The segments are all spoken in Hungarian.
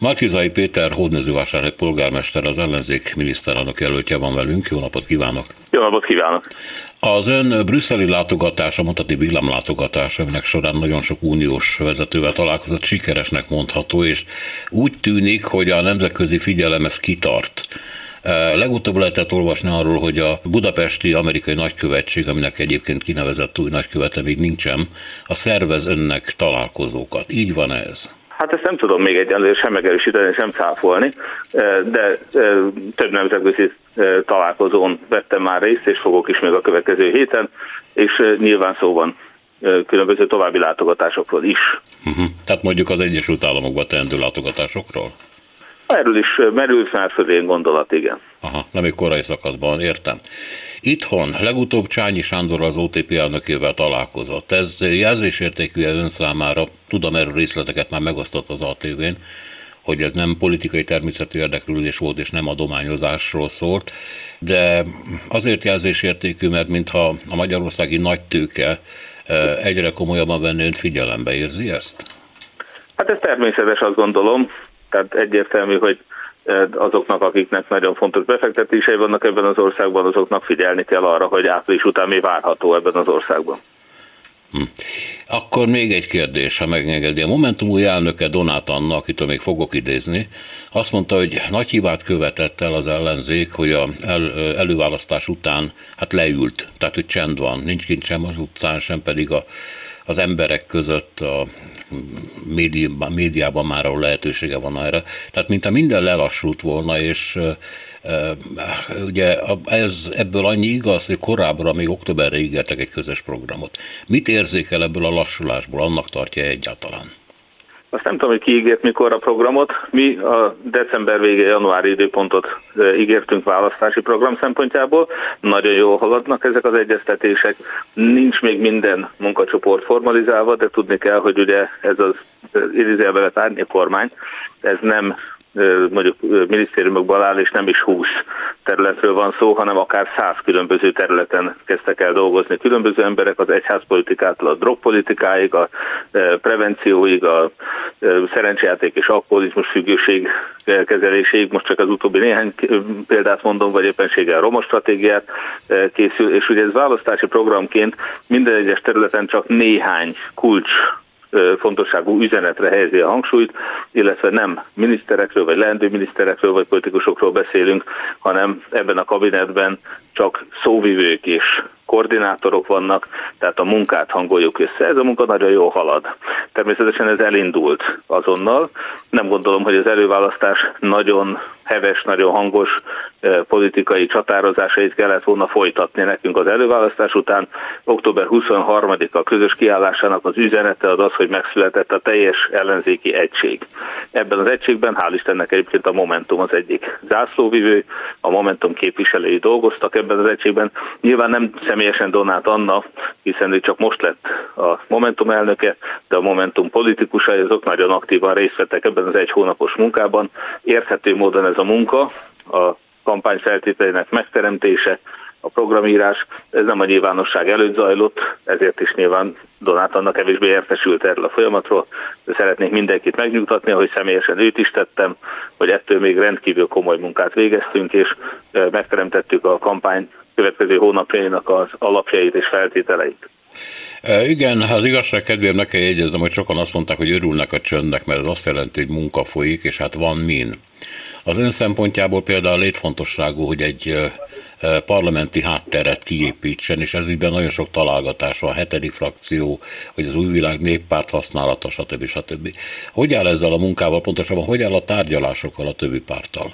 Márki-Zay Péter hódmezővásárhelyi polgármester, az ellenzék miniszterelnök jelöltje van velünk. Jó napot kívánok! Jó napot kívánok! Az ön brüsszeli látogatása, mondhatni villámlátogatása, aminek során nagyon sok uniós vezetővel találkozott, sikeresnek mondható, és úgy tűnik, hogy a nemzetközi figyelem ez kitart. Legutóbb lehetett olvasni arról, hogy a budapesti amerikai nagykövetség, aminek egyébként kinevezett új nagykövete még nincsen, a szervez önnek találkozókat. Így van ez? Hát ezt nem tudom még egyenlőre sem megerősíteni, sem cáfolni, de több nemzetközi találkozón vettem már részt, és fogok is még a következő héten, és nyilván szó van különböző további látogatásokról is. Tehát mondjuk az Egyesült Államokba teendő látogatásokról? Erről is merült már fölén gondolat, igen. Aha, nem egy korai szakaszban, értem. Itthon legutóbb Csányi Sándor az OTP elnökével találkozott. Ez jelzésértékű ön számára, tudom, erről részleteket már megosztott az ATV-n, hogy ez nem politikai természetű érdeklődés volt, és nem adományozásról szólt, de azért jelzésértékű, mert mintha a magyarországi nagytőke egyre komolyabban venni önt figyelembe, érzi ezt? Hát ez természetes, azt gondolom. Tehát egyértelmű, hogy azoknak, akiknek nagyon fontos befektetései vannak ebben az országban, azoknak figyelni kell arra, hogy április után mi várható ebben az országban. Akkor még egy kérdés, ha megengedi. A Momentum új elnöke, Donát Anna, akitől még fogok idézni, azt mondta, hogy nagy hibát követett el az ellenzék, hogy az előválasztás után leült, tehát hogy csend van, nincs kint sem az utcán, sem pedig az emberek között, a médiában már ahol lehetősége van erre. Tehát mintha minden lelassult volna, és ugye ebből annyi igaz, hogy korábbra, még októberre ígértek egy közös programot. Mit érzékel ebből a lassulásból, annak tartja egyáltalán? Azt nem tudom, hogy ki ígért mikor a programot. Mi a december vége, januári időpontot ígértünk választási program szempontjából. Nagyon jól haladnak ezek az egyeztetések. Nincs még minden munkacsoport formalizálva, de tudni kell, hogy ugye ez az idézőjelben árnyék kormány, ez nem mondjuk minisztériumokból áll, és nem is 20 területről van szó, hanem akár 100 különböző területen kezdtek el dolgozni. Különböző emberek az egyházpolitikától a drogpolitikáig, a prevencióig, a szerencsejáték és alkoholizmus függőség kezeléséig, most csak az utóbbi néhány példát mondom, vagy éppenséggel roma stratégiát készül, és ugye ez választási programként minden egyes területen csak néhány kulcs fontosságú üzenetre helyezi a hangsúlyt, illetve nem miniszterekről, vagy leendő miniszterekről, vagy politikusokról beszélünk, hanem ebben a kabinetben csak szóvivők és koordinátorok vannak, tehát a munkát hangoljuk össze. Ez a munka nagyon jól halad. Természetesen ez elindult azonnal. Nem gondolom, hogy az előválasztás nagyon heves, nagyon hangos politikai csatározásait kellett volna folytatni nekünk az előválasztás után. Október 23-a közös kiállásának az üzenete az, hogy megszületett a teljes ellenzéki egység. Ebben az egységben, hál' Istennek egyébként a Momentum az egyik zászlóvivő, a Momentum képviselői dolgoztak ebben az egységben. Nyilván nem személyesen Donát Anna, hiszen ő csak most lett a Momentum elnöke, de a Momentum politikusai azok nagyon aktívan részt vettek ebben az egy hónapos munkában. Érthető módon ez a munka, a kampány feltételeinek megteremtése, a programírás, ez nem a nyilvánosság előtt zajlott, ezért is nyilván Donát Anna kevésbé értesült erről a folyamatról, de szeretnék mindenkit megnyugtatni, ahogy személyesen őt is tettem, hogy ettől még rendkívül komoly munkát végeztünk, és megteremtettük a kampány következő hónapjainak az alapjait és feltételeit. Igen, az igazság kedvéért meg kell jegyeznem, hogy sokan azt mondták, hogy örülnek a csöndnek, mert ez azt jelenti, hogy munka folyik, és hát van min. Az ön szempontjából például létfontosságú, hogy egy parlamenti hátteret kiépítsen, és ez ügyben nagyon sok találgatás van, 7. frakció, hogy az Új Világ Néppárt használata, stb. Hogy áll ezzel a munkával, pontosabban hogy áll a tárgyalásokkal a többi párttal?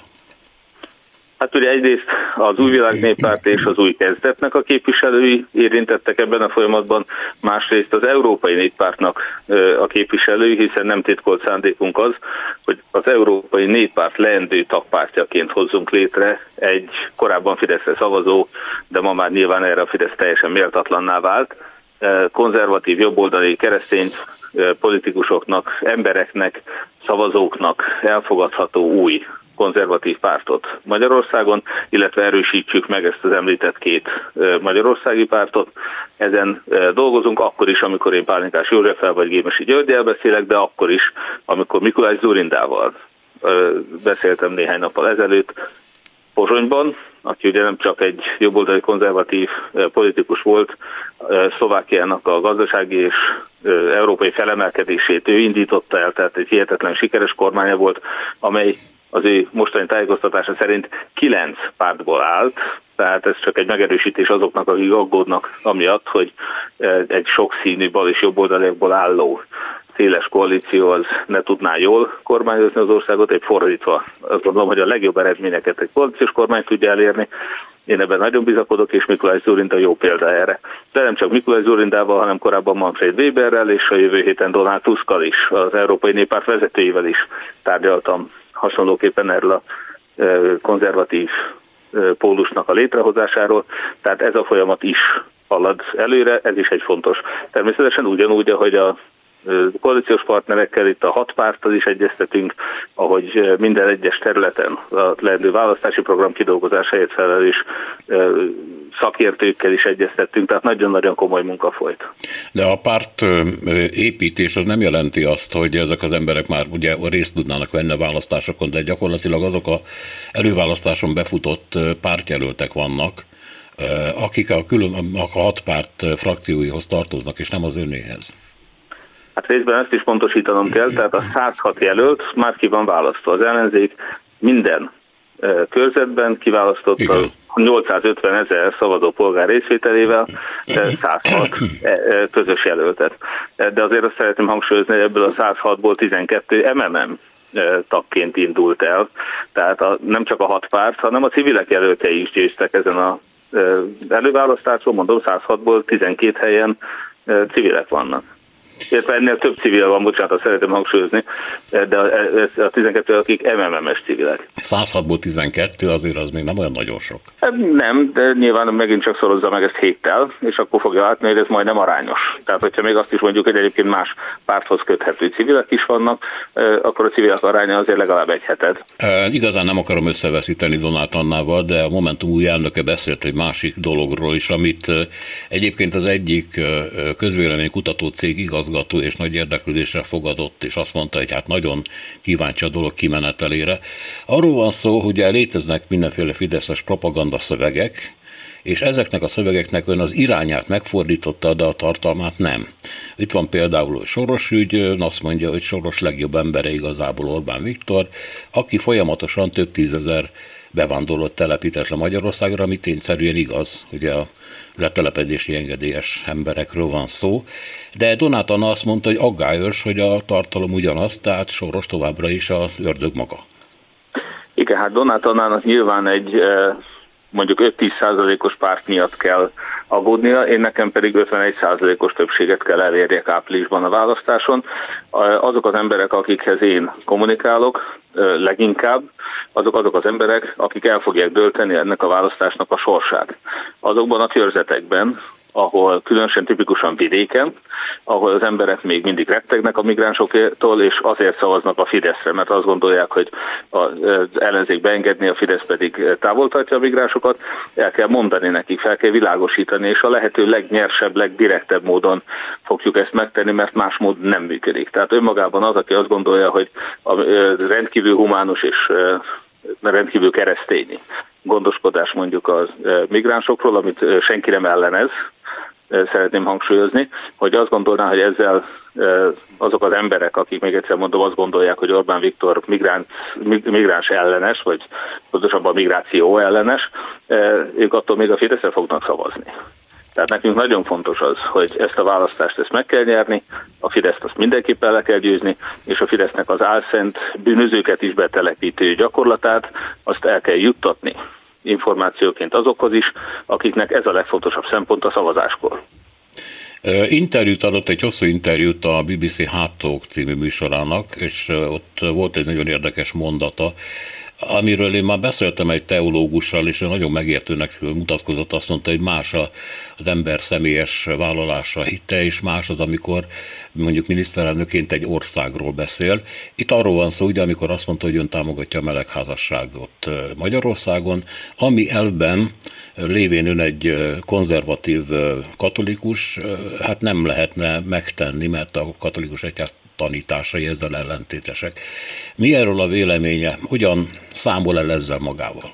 Hát ugye egyrészt az Új Világ Néppárt és az Új Kezdetnek a képviselői érintettek ebben a folyamatban, másrészt az Európai Néppártnak a képviselői, hiszen nem titkolt szándékunk az, hogy az Európai Néppárt leendő tagpártjaként hozzunk létre egy korábban Fideszre szavazó, de ma már nyilván erre a Fidesz teljesen méltatlanná vált, konzervatív, jobboldali keresztény politikusoknak, embereknek, szavazóknak elfogadható új konzervatív pártot Magyarországon, illetve erősítsük meg ezt az említett két magyarországi pártot. Ezen dolgozunk akkor is, amikor én Pálinkás Józseffel vagy Gémesi Györggyel beszélek, de akkor is, amikor Mikulás Dzurindával beszéltem néhány nappal ezelőtt Pozsonyban, aki ugye nem csak egy jobboldali konzervatív politikus volt, Szlovákiának a gazdasági és európai felemelkedését ő indította el, tehát egy hihetetlen sikeres kormánya volt, amely az ő mostani tájékoztatása szerint 9 pártból állt, tehát ez csak egy megerősítés azoknak, akik aggódnak amiatt, hogy egy sokszínű bal és jobboldaliakból álló széles koalíció az ne tudná jól kormányozni az országot, egy fordítva. Azt gondolom, hogy a legjobb eredményeket egy koalíciós kormány tudja elérni. Én ebben nagyon bizakodok, és Mikulás Dzurinda jó példa erre. De nem csak Mikulás Dzurindával, hanem korábban Manfred Weberrel, és a jövő héten Donald Tuskkal is, az Európai Néppárt vezetőivel is tárgyaltam hasonlóképpen erről a konzervatív pólusnak a létrehozásáról. Tehát ez a folyamat is halad előre, ez is egy fontos. Természetesen ugyanúgy, ahogy a koalíciós partnerekkel, itt a 6 párttal is egyeztetünk, ahogy minden egyes területen a leendő választási program kidolgozásáért felelős szakértőkkel is egyeztettünk, tehát nagyon-nagyon komoly munka folyt. De a párt építés az nem jelenti azt, hogy ezek az emberek már ugye részt tudnának venni a választásokon, de gyakorlatilag azok a előválasztáson befutott pártjelöltek vannak, akik a 6 párt frakcióihoz tartoznak, és nem az önéhez. Hát részben ezt is pontosítanom kell, tehát a 106 jelölt már ki van választva. Az ellenzék minden körzetben kiválasztotta 850 000 szavazó polgár részvételével 106 közös jelöltet. De azért azt szeretném hangsúlyozni, hogy ebből a 106-ból 12 MMM tagként indult el. Tehát nem csak a 6 párt, hanem a civilek jelöltei is győztek ezen az előválasztáson, mondom 106-ból 12 helyen civilek vannak. Illetve ennél több civil van, bocsánat, szeretném hangsúlyozni, de a 12, akik MMM-es civilek. 106-ból 12, azért az még nem olyan nagyon sok. Nem, de nyilván megint csak szorozza meg ezt 7-tel, és akkor fogja látni, hogy ez majdnem arányos. Tehát, hogyha még azt is mondjuk, hogy egyébként más párthoz köthető civilek is vannak, akkor a civilek aránya azért legalább 1/7. Igazán nem akarom összeveszíteni Donát Annával, de a Momentum új elnöke beszélt egy másik dologról is, amit egyébként az egyik közvéleménykutató cég igazgató és nagy érdeklődésre fogadott, és azt mondta, hogy hát nagyon kíváncsi a dolog kimenetelére. Arról van szó, hogy léteznek mindenféle fideszes propagandaszövegek, és ezeknek a szövegeknek ön az irányát megfordította, de a tartalmát nem. Itt van például a Soros ügy, ön azt mondja, hogy Soros legjobb embere igazából Orbán Viktor, aki folyamatosan több 10 000 bevándorlót telepített le Magyarországra, ami tényszerűen igaz, ugye a letelepedési engedélyes emberekről van szó, de Donát Anna azt mondta, hogy aggályos, hogy a tartalom ugyanaz, tehát Soros továbbra is az ördög maga. Igen, hát Donát Annának nyilván egy mondjuk 5-10%-os párt miatt kell aggódnia, én nekem pedig 51%-os többséget kell elérjek áprilisban a választáson. Azok az emberek, akikhez én kommunikálok leginkább, azok az emberek, akik el fogják dönteni ennek a választásnak a sorsát. Azokban a körzetekben, ahol különösen tipikusan vidéken, ahol az emberek még mindig rettegnek a migránsoktól, és azért szavaznak a Fideszre, mert azt gondolják, hogy az ellenzék beengedni, a Fidesz pedig távol tartja a migránsokat, el kell mondani nekik, fel kell világosítani, és a lehető legnyersebb, legdirektebb módon fogjuk ezt megtenni, mert más mód nem működik. Tehát önmagában az, aki azt gondolja, hogy a rendkívül humánus és rendkívül keresztény gondoskodás mondjuk a migránsokról, amit senki nem ellenez, szeretném hangsúlyozni, hogy azt gondolná, hogy ezzel azok az emberek, akik még egyszer mondom, azt gondolják, hogy Orbán Viktor migráns ellenes, vagy pontosabban migráció ellenes, ők attól még a Fideszre fognak szavazni. Tehát nekünk nagyon fontos az, hogy ezt a választást meg kell nyerni, a Fideszt azt mindenképpen le kell győzni, és a Fidesznek az álszent bűnözőket is betelepítő gyakorlatát azt el kell juttatni információként azokhoz is, akiknek ez a legfontosabb szempont a szavazáskor. Interjút adott, egy hosszú interjút a BBC Hard Talk című műsorának, és ott volt egy nagyon érdekes mondata, amiről én már beszéltem egy teológussal, és nagyon megértőnek mutatkozott, azt mondta, hogy más az ember személyes vállalása, hitte, és más az, amikor mondjuk miniszterelnökként egy országról beszél. Itt arról van szó, ugye, amikor azt mondta, hogy ön támogatja a melegházasságot Magyarországon, ami elvben lévén ön egy konzervatív katolikus, hát nem lehetne megtenni, mert a katolikus egyház tanításai ezzel ellentétesek. Mi erről a véleménye? Hogyan számol el ezzel magával?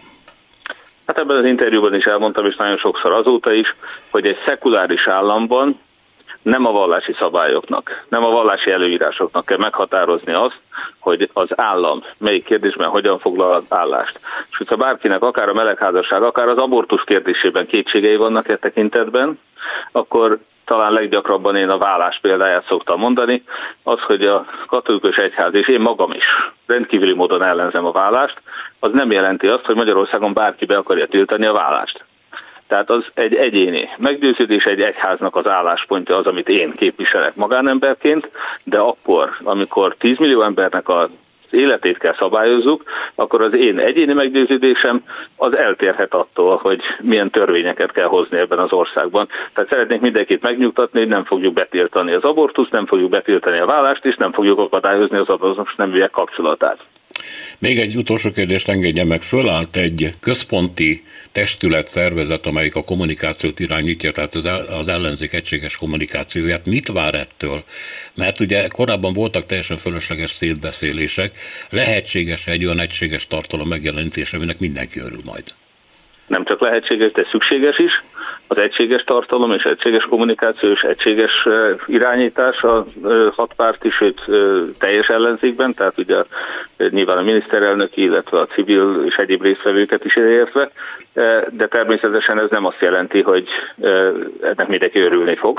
Hát ebben az interjúban is elmondtam, és nagyon sokszor azóta is, hogy egy szekuláris államban nem a vallási szabályoknak, nem a vallási előírásoknak kell meghatározni azt, hogy az állam melyik kérdésben hogyan foglal állást. És hogyha bárkinek akár a melegházasság, akár az abortusz kérdésében kétségei vannak e tekintetben, akkor talán leggyakrabban én a vállás példáját szoktam mondani, az, hogy a katolikus egyház, és én magam is rendkívüli módon ellenzem a vállást, az nem jelenti azt, hogy Magyarországon bárki be akarja tiltani a vállást. Tehát az egy egyéni meggyőződés, egy egyháznak az álláspontja az, amit én képviselek magánemberként, de akkor, amikor 10 millió embernek az életét kell szabályozzuk, akkor az én egyéni meggyőződésem az eltérhet attól, hogy milyen törvényeket kell hozni ebben az országban. Tehát szeretnék mindenkit megnyugtatni, hogy nem fogjuk betiltani az abortuszt, nem fogjuk betiltani a vállást, és nem fogjuk akadályozni az azonos neműek kapcsolatát. Még egy utolsó kérdést engedje meg. Fölállt egy központi testület, szervezet, amelyik a kommunikációt irányítja, tehát az ellenzék egységes kommunikációját. Mit vár ettől? Mert ugye korábban voltak teljesen fölösleges szétbeszélések. Lehetséges egy olyan egységes tartalom megjelenítése, aminek mindenki örül majd? Nem csak lehetséges, de szükséges is. Az egységes tartalom és egységes kommunikáció és egységes irányítás a hatpárti, sőt teljes ellenzékben, tehát ugye nyilván a miniszterelnök, illetve a civil és egyéb résztvevőket is értve, de természetesen ez nem azt jelenti, hogy ennek mindenki örülni fog.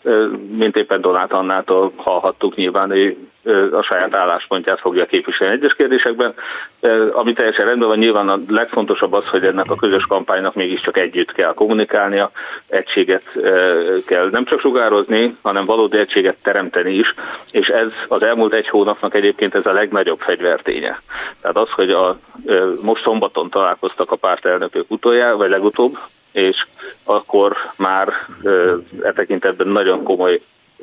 Mint éppen Donát Annától hallhattuk, nyilván ő a saját álláspontját fogja képviselni egyes kérdésekben. Ami teljesen rendben van, nyilván a legfontosabb az, hogy ennek a közös kampánynak mégiscsak együtt kell kommunikálnia, egységet kell nem csak sugározni, hanem valódi egységet teremteni is, és ez az elmúlt egy hónapnak egyébként ez a legnagyobb fegyverténye. Tehát az, hogy most szombaton találkoztak a pártelnökök utoljára, vagy legutóbb, és akkor már e tekintetben nagyon komoly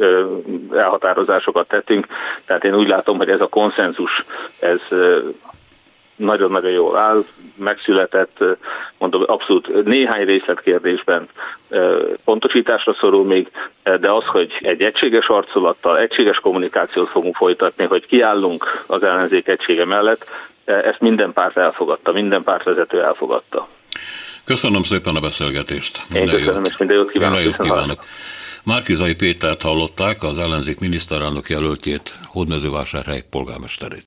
elhatározásokat tettünk, tehát én úgy látom, hogy ez a konszenzus, ez nagyon-nagyon jól áll, megszületett, mondom, abszolút néhány részletkérdésben pontosításra szorul még, de az, hogy egy egységes arculattal, egységes kommunikációt fogunk folytatni, hogy kiállunk az ellenzék egysége mellett, ezt minden párt elfogadta, minden pártvezető elfogadta. Köszönöm szépen a beszélgetést. Én köszönöm, és minden jót kívánok. Márki-Zay Pétert hallották, az ellenzék miniszterelnök jelöltjét, Hódmezővásárhely polgármesterét.